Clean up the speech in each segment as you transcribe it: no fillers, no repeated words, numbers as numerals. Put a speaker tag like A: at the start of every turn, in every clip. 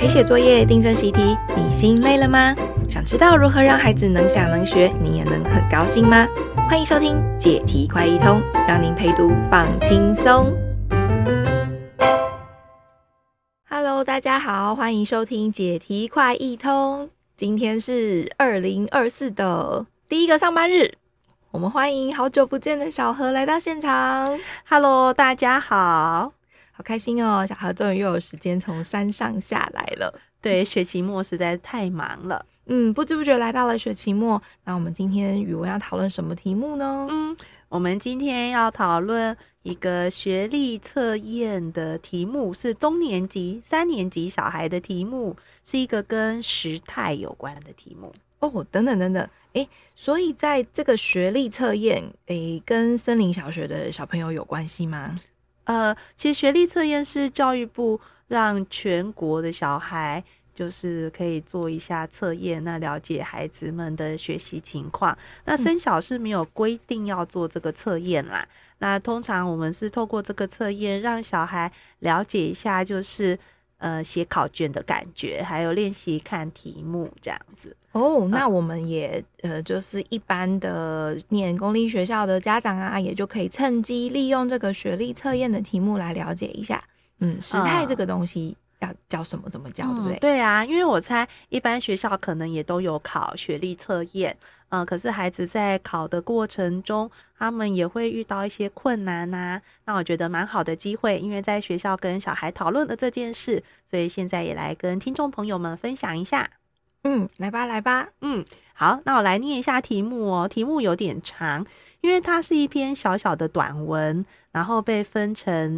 A: 陪写作业、订正习题，你心累了吗？想知道如何让孩子能想能学，你也能很高兴吗？欢迎收听解题快一通，让您陪读放轻松。Hello， 大家好，欢迎收听解题快一通。今天是2024的第一个上班日，我们欢迎好久不见的小何来到现场。
B: Hello， 大家好。
A: 好开心哦，小何终于又有时间从山上下来了。
B: 对，学期末实在太忙了。
A: 不知不觉来到了学期末。那我们今天语文要讨论什么题目呢？
B: 我们今天要讨论一个学历测验的题目，是中年级、3年级小孩的题目，是一个跟时态有关的题目。
A: 哦，等等，所以在这个学历测验，跟森林小学的小朋友有关系吗？
B: 其实学历测验是教育部让全国的小孩就是可以做一下测验，那了解孩子们的学习情况。那森小是没有规定要做这个测验啦。那通常我们是透过这个测验让小孩了解一下，就是写考卷的感觉，还有练习看题目这样子。
A: 那我们也就是一般的念公立学校的家长啊，也就可以趁机利用这个学历测验的题目来了解一下，时态这个东西要教什么，怎么教，对不对？
B: 对啊，因为我猜一般学校可能也都有考学历测验，可是孩子在考的过程中，他们也会遇到一些困难啊。那我觉得蛮好的机会，因为在学校跟小孩讨论了这件事，所以现在也来跟听众朋友们分享一下。
A: 来吧。
B: 好，那我来念一下题目哦。题目有点长，因为它是一篇小小的短文，然后被分成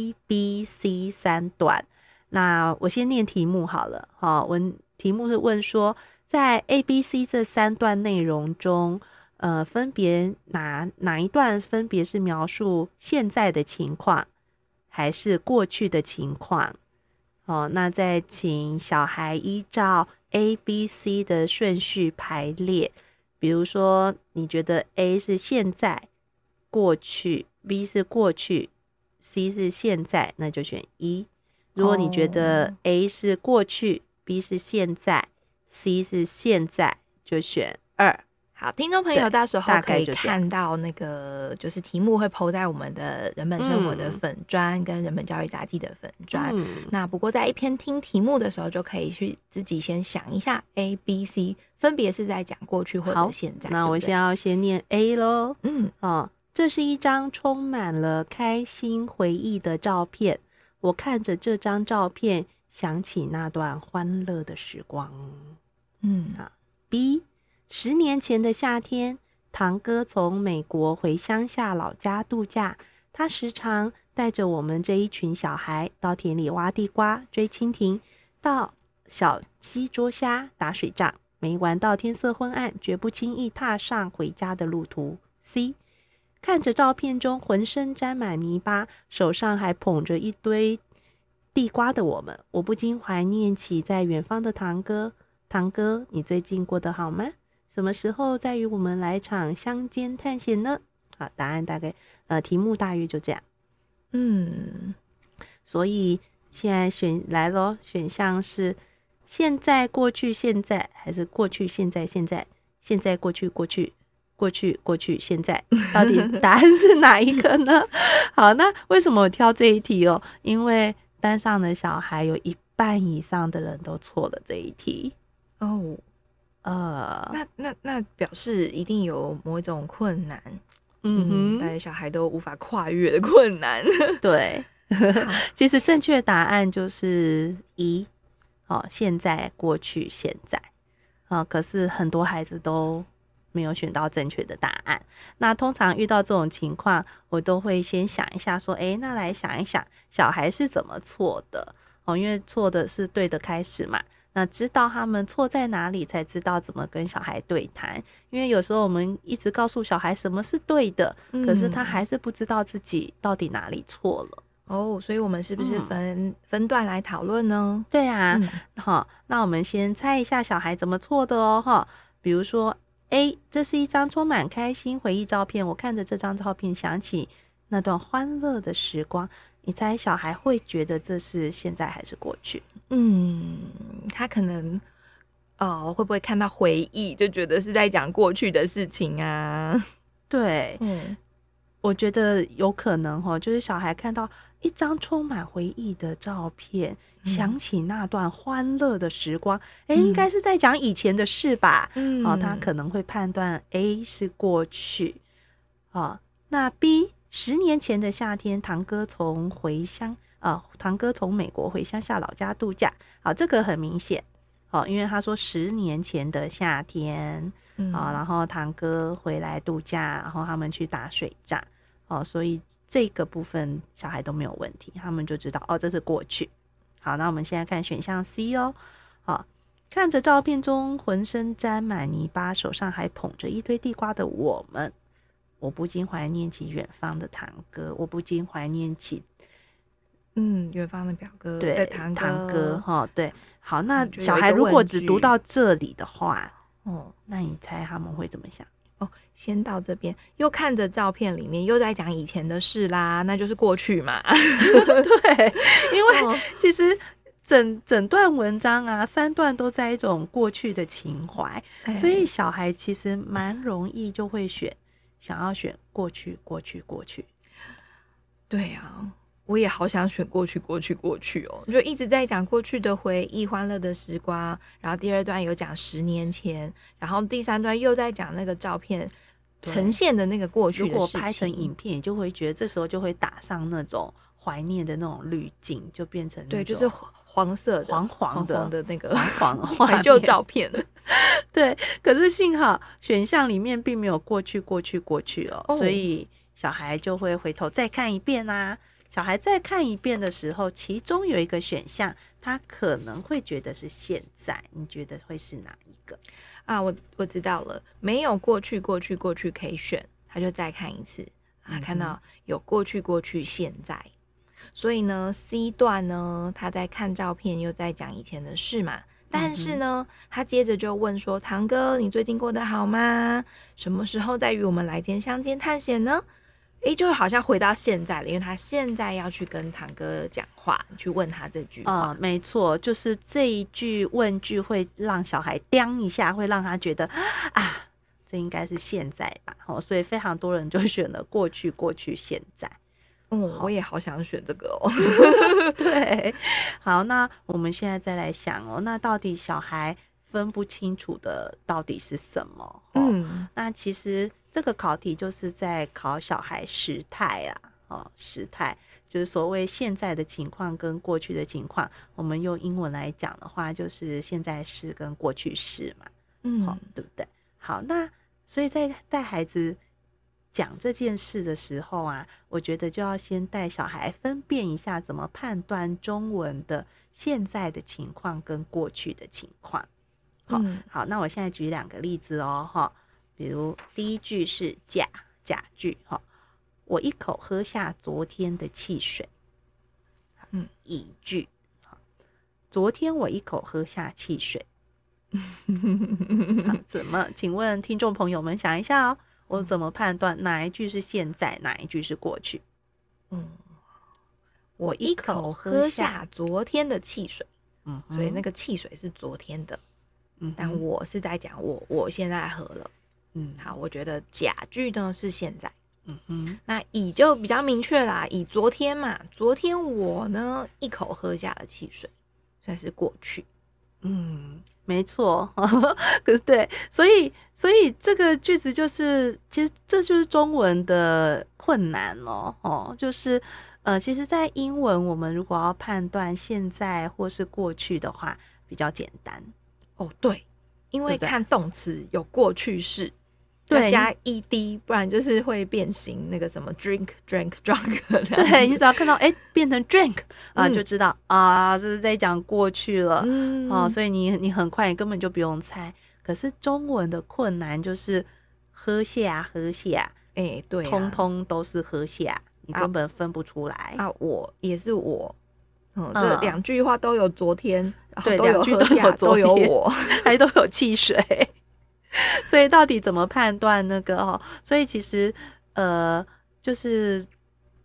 B: A、B、C 3段。那我先念题目好了。题目是问说，在 A、B、C 这3段内容中，分别哪一段分别是描述现在的情况，还是过去的情况？那再请小孩依照A、B、C 的顺序排列，比如说你觉得 A 是现在、过去， B 是过去， C 是现在，那就选1。如果你觉得 A 是过去， B 是现在， C 是现在，就选2。
A: 好，听众朋友到时候可以看到那个就是题目会 po 在我们的人本生活的粉专跟人本教育杂技的粉专。那不过在一边听题目的时候，就可以去自己先想一下 A、B、C 分别是在讲过去或者现在。
B: 那我先念 A 咯。这是一张充满了开心回忆的照片，我看着这张照片想起那段欢乐的时光。B， 10年前的夏天，堂哥从美国回乡下老家度假，他时常带着我们这一群小孩到田里挖地瓜、追蜻蜓，到小溪捉虾、打水仗，每晚到天色昏暗，绝不轻易踏上回家的路途。C， 看着照片中浑身沾满泥巴，手上还捧着一堆地瓜的我们，我不禁怀念起在远方的堂哥。堂哥，你最近过得好吗？什么时候再与我们来场乡间探险呢？好，答案大概题目大约就这样。所以现在来咯，选项是现在、过去、现在，还是过去、现在、现在、现在、过去、过去、过去、过去、现在？到底答案是哪一个呢？好，那为什么我挑这一题哦？因为班上的小孩有1半以上的人都错了这一题。
A: 那表示一定有某一种困难，大家小孩都无法跨越的困难。
B: 对，其实正确答案就是1，现在、过去、现在。可是很多孩子都没有选到正确的答案。那通常遇到这种情况，我都会先想一下说，那来想一想小孩是怎么错的，因为错的是对的开始嘛。那知道他们错在哪里，才知道怎么跟小孩对谈。因为有时候我们一直告诉小孩什么是对的，可是他还是不知道自己到底哪里错了。
A: 所以我们是不是分段来讨论呢？
B: 对啊，那我们先猜一下小孩怎么错的哦。比如说 A， 这是一张充满开心回忆照片，我看着这张照片想起那段欢乐的时光。 你猜小孩会觉得这是现在还是过去？
A: 他可能会不会看到回忆就觉得是在讲过去的事情啊？
B: 对，我觉得有可能就是小孩看到一张充满回忆的照片，想起那段欢乐的时光，应该是在讲以前的事吧？他可能会判断 A 是过去。那 B 10年前的夏天，堂哥从美国回乡下老家度假。这个很明显。因为他说10年前的夏天，然后堂哥回来度假，然后他们去打水仗，所以这个部分小孩都没有问题，他们就知道这是过去。好，那我们现在看选项 C 看着照片中浑身沾满泥巴，手上还捧着一堆地瓜的我们，我不禁怀念起远方的堂哥，我不禁怀念起
A: 远方的表哥，对，堂
B: 哥对。好，那小孩如果只读到这里的话，那你猜他们会怎么想？
A: 先到这边，又看着照片里面又在讲以前的事啦，那就是过去嘛。
B: 对，因为其实整段文章啊，3段都在一种过去的情怀，所以小孩其实蛮容易就会想要选过去。
A: 对啊，我也好想选过去就一直在讲过去的回忆，欢乐的时光，然后第2段有讲10年前，然后第3段又在讲那个照片呈现的那个过去的事情。
B: 如果拍成影片，你就会觉得这时候就会打上那种怀念的那种滤镜，就变成
A: 对，就是黄色的
B: 黄
A: 的那个
B: 怀
A: 旧照片。
B: 对，可是幸好选项里面并没有过去所以小孩就会回头再看一遍啊。小孩再看一遍的时候，其中有一个选项他可能会觉得是现在，你觉得会是哪一个
A: 啊？我知道了，没有过去可以选，他就再看一次看到有过去现在，所以呢 C 段呢他在看照片又在讲以前的事嘛，但是呢他接着就问说，堂哥你最近过得好吗？什么时候再与我们来间乡间探险呢？就好像回到现在了，因为他现在要去跟堂哥讲话，去问他这句话。
B: 没错，就是这一句问句会让小孩叮一下，会让他觉得这应该是现在吧。所以非常多人就选了过去现在。
A: 我也好想选这个
B: 对，好，那我们现在再来想那到底小孩分不清楚的到底是什么？那其实这个考题就是在考小孩时态时态就是所谓现在的情况跟过去的情况，我们用英文来讲的话，就是现在式跟过去式嘛，对不对？好，那所以在带孩子讲这件事的时候我觉得就要先带小孩分辨一下怎么判断中文的现在的情况跟过去的情况。好，那我现在举2个例子比如第一句是假句我一口喝下昨天的汽水。乙句昨天我一口喝下汽水。怎么？请问听众朋友们想一下我怎么判断哪一句是现在，哪一句是过去？
A: 我一口喝下昨天的汽水。所以那个汽水是昨天的。但我是在讲我现在喝了。好，我觉得假句呢是现在。那乙就比较明确啦，以昨天嘛，昨天我呢一口喝下了汽水，算是过去。
B: 没错。可是对，所以这个句子就是其实这就是中文的困难就是其实在英文我们如果要判断现在或是过去的话比较简单。
A: 对，因为看动词有过去式，要加 ed， 不然就是会变形，那个什么 drink drunk。
B: 对，你只要看到变成 drink 就知道这是在讲过去了。所以你很快你根本就不用猜。可是中文的困难就是喝下
A: 对
B: 通通都是喝下，你根本分不出来
A: 我也是我。这2句话都有昨天，然后都有
B: 喝
A: 下，都有我，
B: 还都有汽水。所以到底怎么判断那个所以其实就是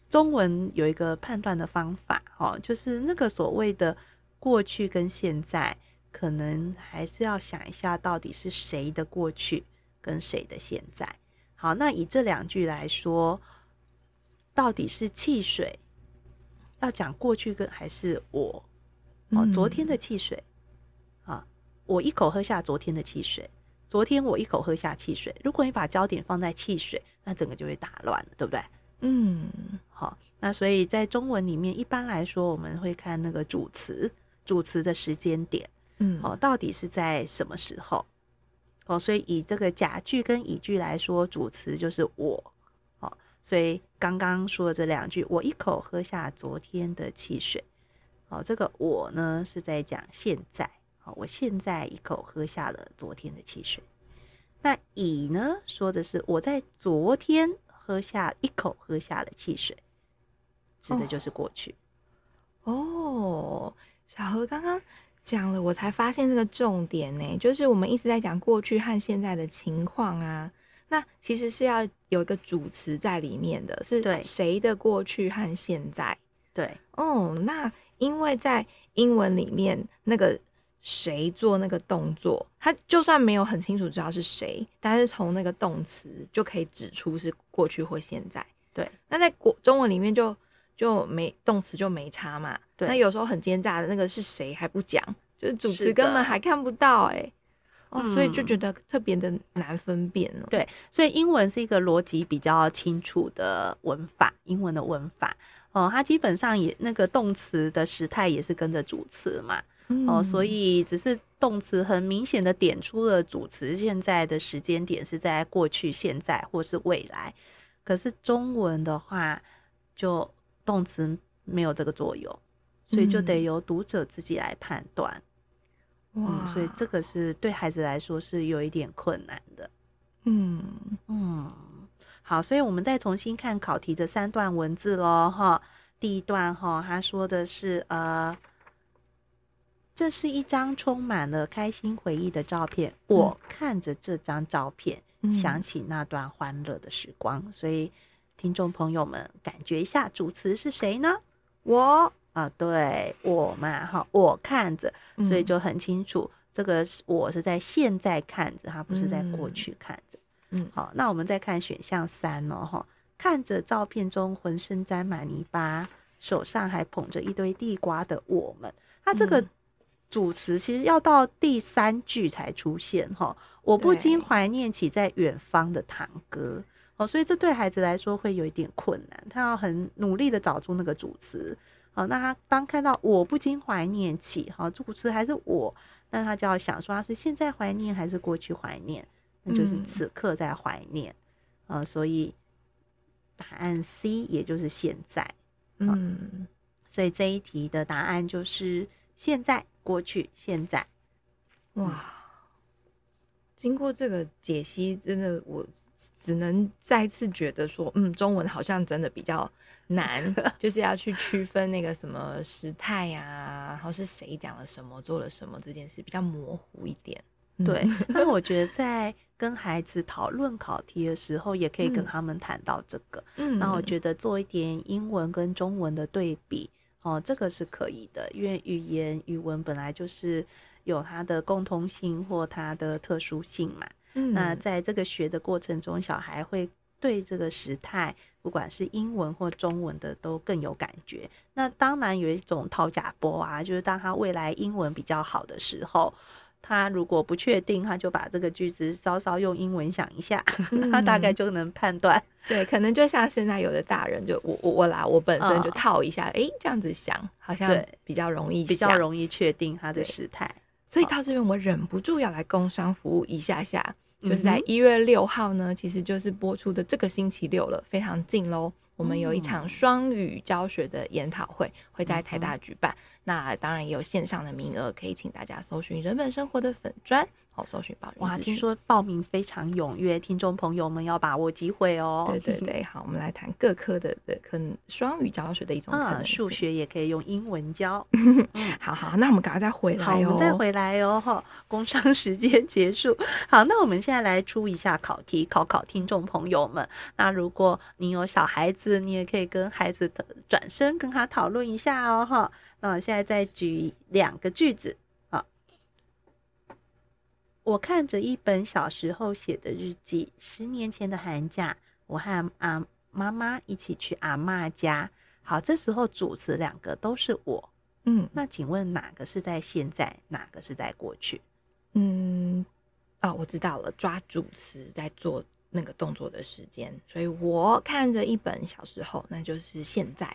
B: 中文有一个判断的方法就是那个所谓的过去跟现在，可能还是要想一下到底是谁的过去跟谁的现在。好，那以这2句来说，到底是汽水要讲过去跟还是我昨天的汽水我一口喝下昨天的汽水，昨天我一口喝下汽水。如果你把焦点放在汽水，那整个就会打乱了，对不对？好，那所以在中文里面一般来说我们会看那个主词的时间点到底是在什么时候所以以这个假句跟乙句来说，主词就是我所以刚刚说的这2句，我一口喝下昨天的汽水这个我呢是在讲现在我现在一口喝下了昨天的汽水。那乙呢说的是我在昨天一口喝下了汽水，指的就是过去。
A: 小何刚刚讲了，我才发现这个重点呢，就是我们一直在讲过去和现在的情况啊，那其实是要有一个主词在里面的，是谁的过去和现在。
B: 对
A: 那因为在英文里面那个谁做那个动作，他就算没有很清楚知道是谁，但是从那个动词就可以指出是过去或现在。
B: 对，那
A: 在中文里面就没动词就没差嘛。对，那有时候很奸诈的那个是谁还不讲，就是主词根本还看不到所以就觉得特别的难分辨
B: 对，所以英文是一个逻辑比较清楚的文法，英文的文法它基本上也那个动词的时态也是跟着主词嘛。所以只是动词很明显的点出了主词现在的时间点是在过去、现在或是未来。可是中文的话，就动词没有这个作用，所以就得由读者自己来判断。所以这个是对孩子来说是有一点困难的。好，所以我们再重新看考题的3段文字咯第一段他说的是这是一张充满了开心回忆的照片，我看着这张照片想起那段欢乐的时光。所以听众朋友们感觉一下主词是谁呢？我对，我嘛我看着，所以就很清楚这个我是在现在看着，它不是在过去看着。好，那我们再看选项3看着照片中浑身沾满泥巴，手上还捧着一堆地瓜的我们，它这个主词其实要到第3句才出现我不禁怀念起在远方的堂哥所以这对孩子来说会有一点困难，他要很努力的找出那个主词那他当看到我不禁怀念起主词还是我，那他就要想说他是现在怀念还是过去怀念，那就是此刻在怀念所以答案 C 也就是现在所以这一题的答案就是现在、过去、现在。
A: 经过这个解析，真的我只能再次觉得说中文好像真的比较难就是要去区分那个什么时态然后是谁讲了什么做了什么，这件事比较模糊一点。
B: 对，那我觉得在跟孩子讨论考题的时候也可以跟他们谈到这个那我觉得做一点英文跟中文的对比这个是可以的，因为语文本来就是有它的共通性或它的特殊性嘛那在这个学的过程中，小孩会对这个时态不管是英文或中文的都更有感觉。那当然有一种讨假波就是当他未来英文比较好的时候，他如果不确定，他就把这个句子稍稍用英文想一下他大概就能判断
A: 对，可能就像现在有的大人就我本身就套一下这样子想好像比较容易
B: 确定他的时态。
A: 所以到这边我忍不住要来工商服务一下下就是在1月6号呢其实就是播出的这个星期六了，非常近咯。我们有一场双语教学的研讨会会在台大举办那当然也有线上的名额，可以请大家搜寻人本生活的粉专搜寻报名资讯。
B: 听说报名非常踊跃，听众朋友们要把握机会
A: 对好，我们来谈各科的可能双语教学的一种可能性
B: 数学也可以用英文教
A: 好，那我们赶快再回来
B: 好，我们再回来工商时间结束。好，那我们现在来出一下考题考听众朋友们。那如果你有小孩子字，你也可以跟孩子转身跟他讨论一下哦哈。那我现在再举2个句子。好，我看着一本小时候写的日记，10年前的寒假，我和妈妈一起去阿嬷家。好，这时候主词2个都是我。那请问哪个是在现在，哪个是在过去？
A: 我知道了，抓主词在做那个动作的时间，所以我看着一本小时候，那就是现在。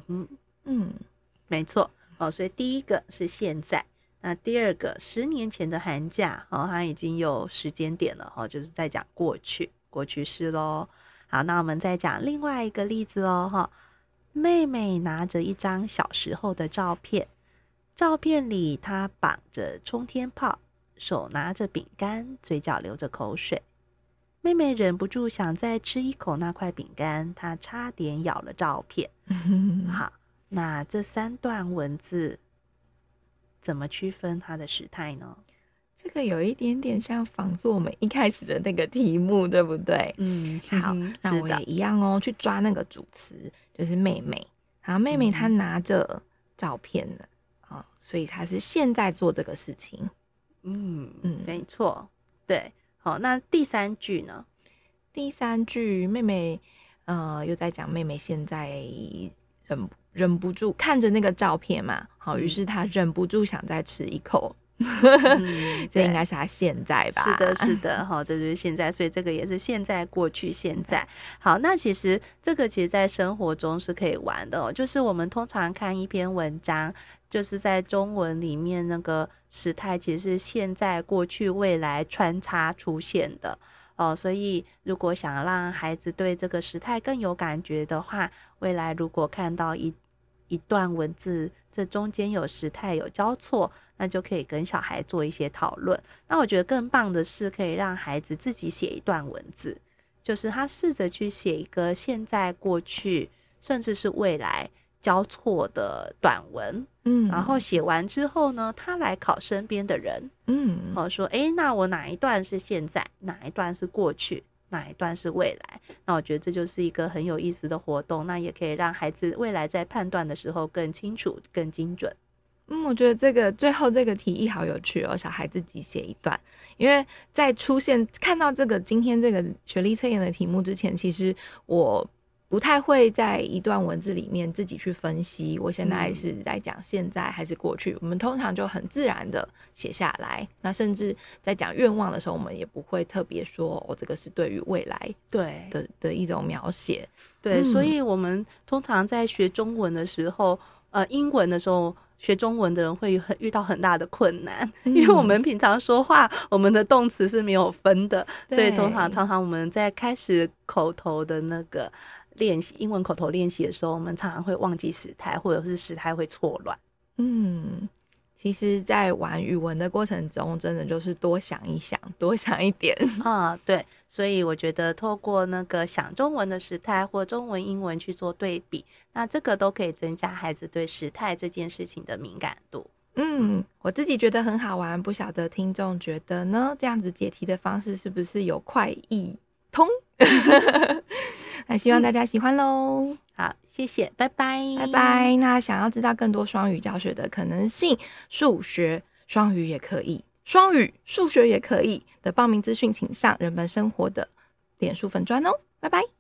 B: 没错。所以第一个是现在，那第二个10年前的寒假，它已经有时间点了，就是在讲过去式咯。好，那我们再讲另外一个例子哦。妹妹拿着一张小时候的照片，照片里她绑着冲天炮，手拿着饼干，嘴角流着口水。妹妹忍不住想再吃一口那块饼干，她差点咬了照片。好，那这3段文字怎么区分它的时态呢？
A: 这个有一点点像仿作我们一开始的那个题目，对不对？好，那我也一样哦，去抓那个主词，就是妹妹。然后妹妹她拿着照片了，所以她是现在做这个事情。
B: 没错，对。好，那第3句呢？
A: 第3句，妹妹又在讲妹妹现在忍不住看着那个照片嘛，好，于是她忍不住想再吃一口。这应该是他现在吧？
B: 是的，这就是现在，所以这个也是现在、过去、现在。好，那其实这个在生活中是可以玩的就是我们通常看一篇文章，就是在中文里面那个时态其实是现在、过去、未来穿插出现的所以如果想让孩子对这个时态更有感觉的话，未来如果看到一段文字，这中间有时态有交错，那就可以跟小孩做一些讨论。那我觉得更棒的是可以让孩子自己写一段文字，就是他试着去写一个现在、过去甚至是未来交错的短文，然后写完之后呢，他来考身边的人，说那我哪一段是现在，哪一段是过去，哪一段是未来。那我觉得这就是一个很有意思的活动，那也可以让孩子未来在判断的时候更清楚更精准。
A: 我觉得这个最后这个提议好有趣哦，小孩自己写一段。因为在看到这个今天这个学历测验的题目之前，其实我不太会在一段文字里面自己去分析我现在是在讲现在还是过去，我们通常就很自然的写下来。那甚至在讲愿望的时候，我们也不会特别说这个是对于未来的一种描写。
B: 对，所以我们通常在学中文的时候，英文的时候学中文的人会遇到很大的困难，因为我们平常说话，我们的动词是没有分的，所以常常我们在开始口头的那个练习英文口头练习的时候，我们常常会忘记时态，或者是时态会错乱。
A: 其实在玩语文的过程中，真的就是多想一想，多想一点
B: 对，所以我觉得透过那个想中文的时态或中文英文去做对比，那这个都可以增加孩子对时态这件事情的敏感度。
A: 我自己觉得很好玩，不晓得听众觉得呢？这样子解题的方式是不是有快易通？那希望大家喜欢咯。
B: 好，谢谢，拜拜，
A: 拜拜。那想要知道更多双语教学的可能性，数学、双语也可以，双语、数学也可以的报名资讯，请上人本生活的脸书粉专哦。拜拜。